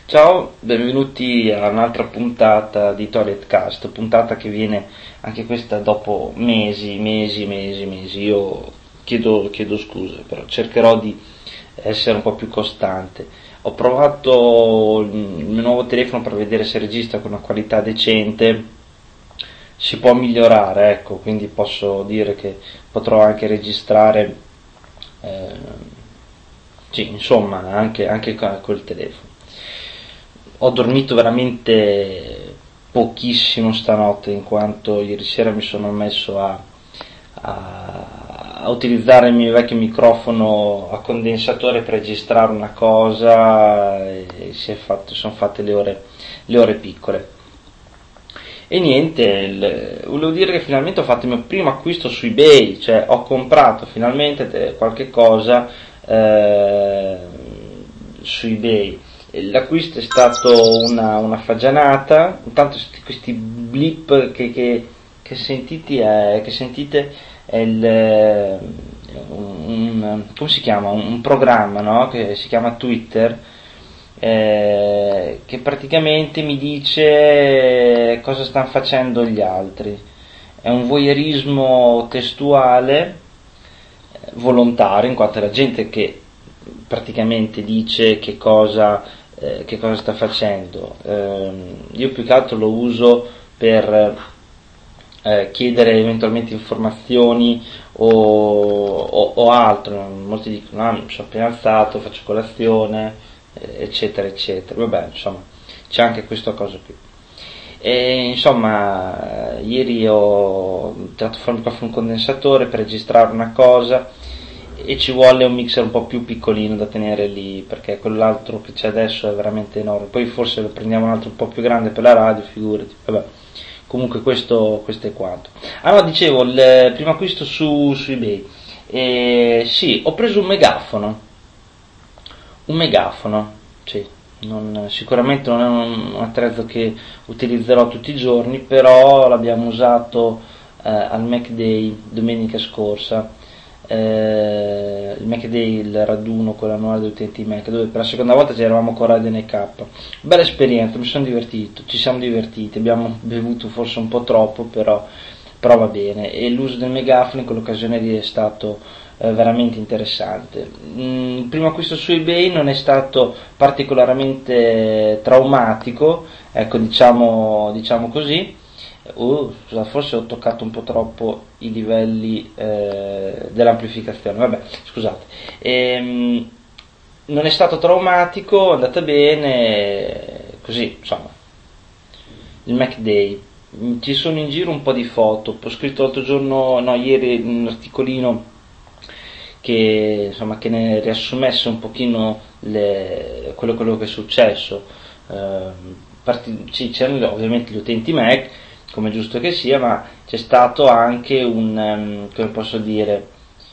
Ciao, benvenuti a un'altra puntata di Toiletcast, puntata che viene anche questa dopo mesi. Io chiedo scuse, però cercherò di essere un po' più costante. Ho provato il mio nuovo telefono per vedere se registra con una qualità decente, si può migliorare, ecco, quindi posso dire che potrò anche registrare, sì, insomma, anche col telefono. Ho dormito veramente pochissimo stanotte, in quanto ieri sera mi sono messo a utilizzare il mio vecchio microfono a condensatore per registrare una cosa e sono fatte le ore piccole. E niente, volevo dire che finalmente ho fatto il mio primo acquisto su eBay, cioè ho comprato finalmente qualche cosa su eBay. L'acquisto è stato una fagianata. Intanto questi blip che sentite è come si chiama? Un programma, no? Che si chiama Twitter, che praticamente mi dice cosa stanno facendo gli altri. È un voyeurismo testuale, volontario, in quanto è la gente che praticamente dice che cosa sta facendo. Io più che altro lo uso per chiedere eventualmente informazioni o altro. Molti dicono: ah, mi sono appena alzato, faccio colazione, eccetera eccetera. Vabbè, insomma, c'è anche questa cosa qui. E insomma, ieri ho tirato fuori un condensatore per registrare una cosa e ci vuole un mixer un po' più piccolino da tenere lì, perché quell'altro che c'è adesso è veramente enorme. Poi forse lo prendiamo un altro un po' più grande per la radio, figurati. Vabbè, comunque questo è quanto. Ah no, dicevo, il primo acquisto su eBay. Sì, ho preso un megafono, sì. Sicuramente non è un attrezzo che utilizzerò tutti i giorni, però l'abbiamo usato al Mac Day domenica scorsa, il Mac Day, il raduno con l'annuale degli utenti Mac, dove per la seconda volta ci eravamo con Radeon e K. Bella esperienza, mi sono divertito, ci siamo divertiti, abbiamo bevuto forse un po' troppo, però va bene, e l'uso del megafono in quell'occasione lì è stato veramente interessante. Il primo acquisto su eBay non è stato particolarmente traumatico, ecco, diciamo così. Scusa, forse ho toccato un po' troppo i livelli dell'amplificazione, vabbè, scusate. Non è stato traumatico, è andata bene, così, insomma. Il Mac Day. Ci sono in giro un po' di foto, ho scritto l'altro giorno, no, ieri, un articolino che ne riassumesse un pochino quello che è successo. Sì, c'erano ovviamente gli utenti Mac, come è giusto che sia, ma c'è stato anche come posso dire,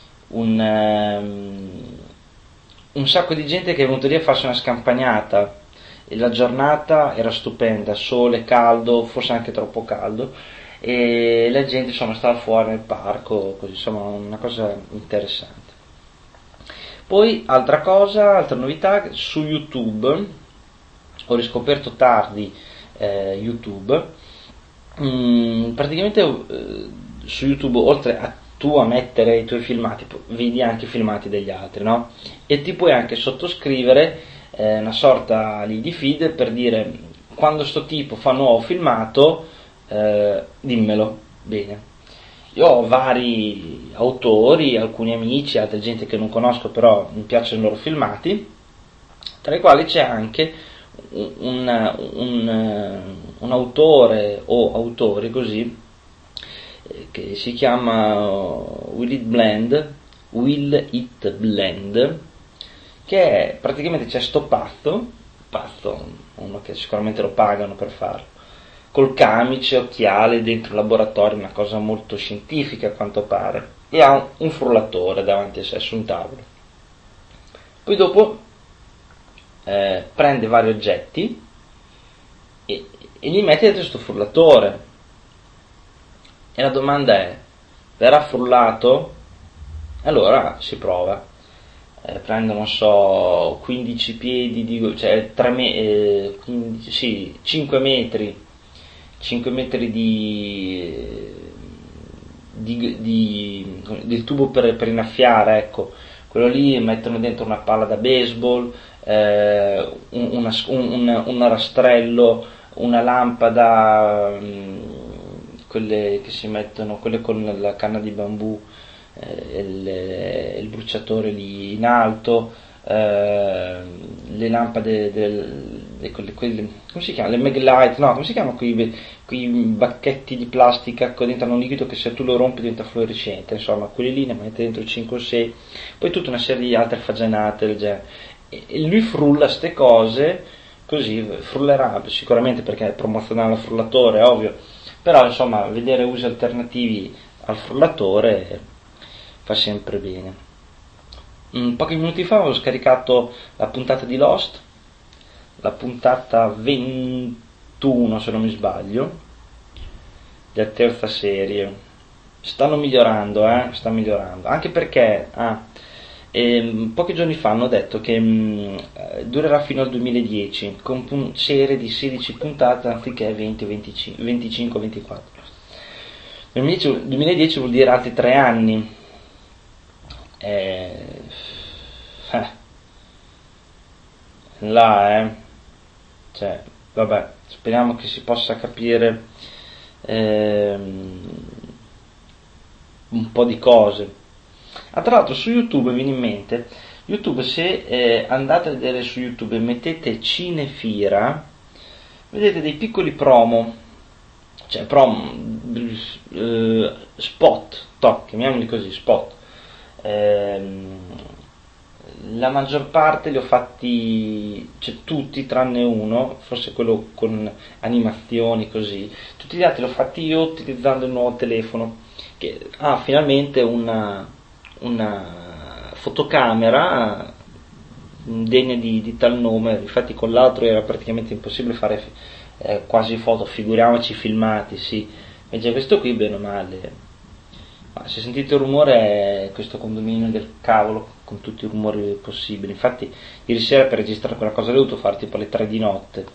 un sacco di gente che è venuto lì a farsi una scampagnata, e la giornata era stupenda, sole, caldo, forse anche troppo caldo, e la gente insomma stava fuori nel parco, così, insomma, una cosa interessante. Poi altra novità, su YouTube ho riscoperto tardi YouTube. Praticamente su YouTube, oltre a tu a mettere i tuoi filmati, vedi anche i filmati degli altri, no? E ti puoi anche sottoscrivere una sorta di feed per dire: quando sto tipo fa nuovo filmato, dimmelo. Bene. Io ho vari autori, alcuni amici, altra gente che non conosco, però mi piacciono i loro filmati, tra i quali c'è anche un autore o autori così, che si chiama Will It Blend, che è praticamente, c'è sto pazzo, uno che sicuramente lo pagano per farlo, col camice, occhiale, dentro il laboratorio, una cosa molto scientifica a quanto pare, e ha un frullatore davanti a sé su un tavolo. Poi dopo prende vari oggetti e li mette dentro questo frullatore, e la domanda è: verrà frullato? Allora si prova. prendo non so 15 piedi, cioè 15, sì, 5 metri, 5 metri del tubo per innaffiare, ecco, quello lì, mettono dentro una palla da baseball, un rastrello, una lampada, quelle che si mettono, quelle con la canna di bambù, il bruciatore lì in alto, le lampade quelle, come si chiama? Le Maglite, no, come si chiamano quei bacchetti di plastica che dentro hanno un liquido che se tu lo rompi diventa fluorescente, insomma, quelli lì ne mette dentro 5 o 6, poi tutta una serie di altre fagianate del genere. E lui frulla ste cose, così frullerà sicuramente perché è promozionale al frullatore, è ovvio, però insomma vedere usi alternativi al frullatore fa sempre bene. Pochi minuti fa ho scaricato la puntata di Lost, la puntata 21 se non mi sbaglio, della terza serie. Stanno migliorando, anche perché pochi giorni fa hanno detto che durerà fino al 2010 con serie di 16 puntate anziché 20, 25, 24. 2010 vuol dire altri 3 anni. Cioè, vabbè, speriamo che si possa capire un po' di cose. Tra l'altro su YouTube mi viene in mente, YouTube, se andate a vedere su YouTube e mettete Cinefira, vedete dei piccoli promo, cioè spot, chiamiamoli così, spot. La maggior parte li ho fatti, cioè tutti tranne uno, forse quello con animazioni così, tutti gli altri li ho fatti io utilizzando il nuovo telefono che ha finalmente una fotocamera degna di tal nome. Infatti con l'altro era praticamente impossibile fare quasi foto, figuriamoci filmati, sì, invece questo qui bene o male. Ma se sentite il rumore è questo condominio del cavolo con tutti i rumori possibili. Infatti ieri sera per registrare quella cosa l'ho dovuto fare tipo alle 3 di notte.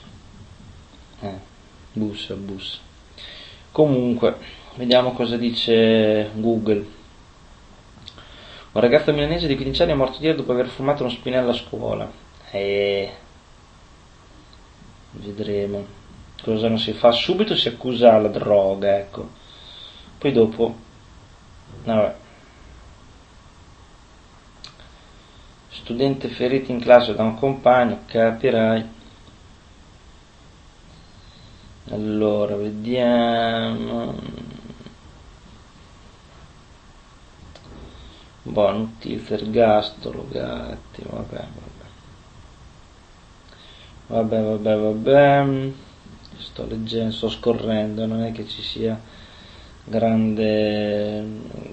Bussa. Comunque, vediamo cosa dice Google. Un ragazzo milanese di 15 anni è morto ieri dopo aver fumato uno spinello a scuola. Vedremo. Cosa non si fa? Subito si accusa la droga, ecco. Poi dopo vabbè. Studente ferito in classe da un compagno, capirai. Allora, vediamo. Notizia, ergastolo, gatti, vabbè. Sto leggendo, sto scorrendo, non è che ci sia grande.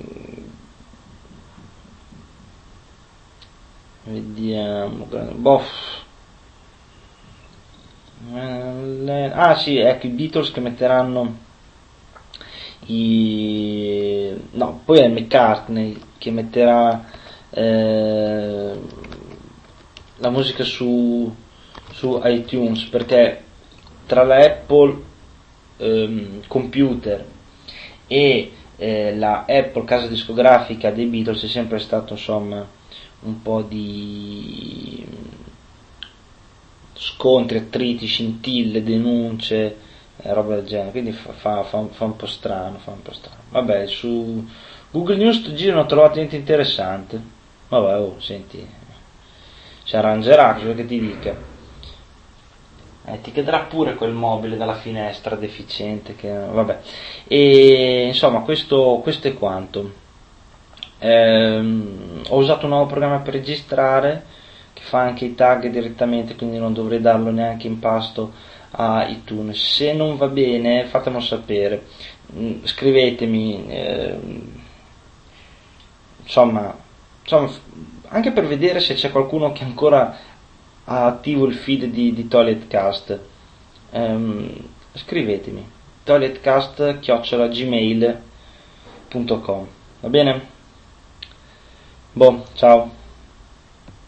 Vediamo. Sì, ecco i Beatles che metteranno poi è McCartney che metterà la musica su iTunes, perché tra la Apple computer e la Apple casa discografica dei Beatles è sempre stato insomma un po' di scontri, attriti, scintille, denunce, roba del genere, quindi fa un po' strano, Vabbè, su Google News sto giro non ho trovato niente interessante. Vabbè, senti, si arrangerà, cosa che ti dica. Ti chiederà pure quel mobile dalla finestra deficiente vabbè. E insomma questo è quanto. Ho usato un nuovo programma per registrare che fa anche i tag direttamente, quindi non dovrei darlo neanche in pasto a iTunes. Se non va bene fatemelo sapere, scrivetemi, insomma anche per vedere se c'è qualcuno che ancora ha attivo il feed di Toiletcast. Scrivetemi toiletcast@gmail.com, va bene? Ciao.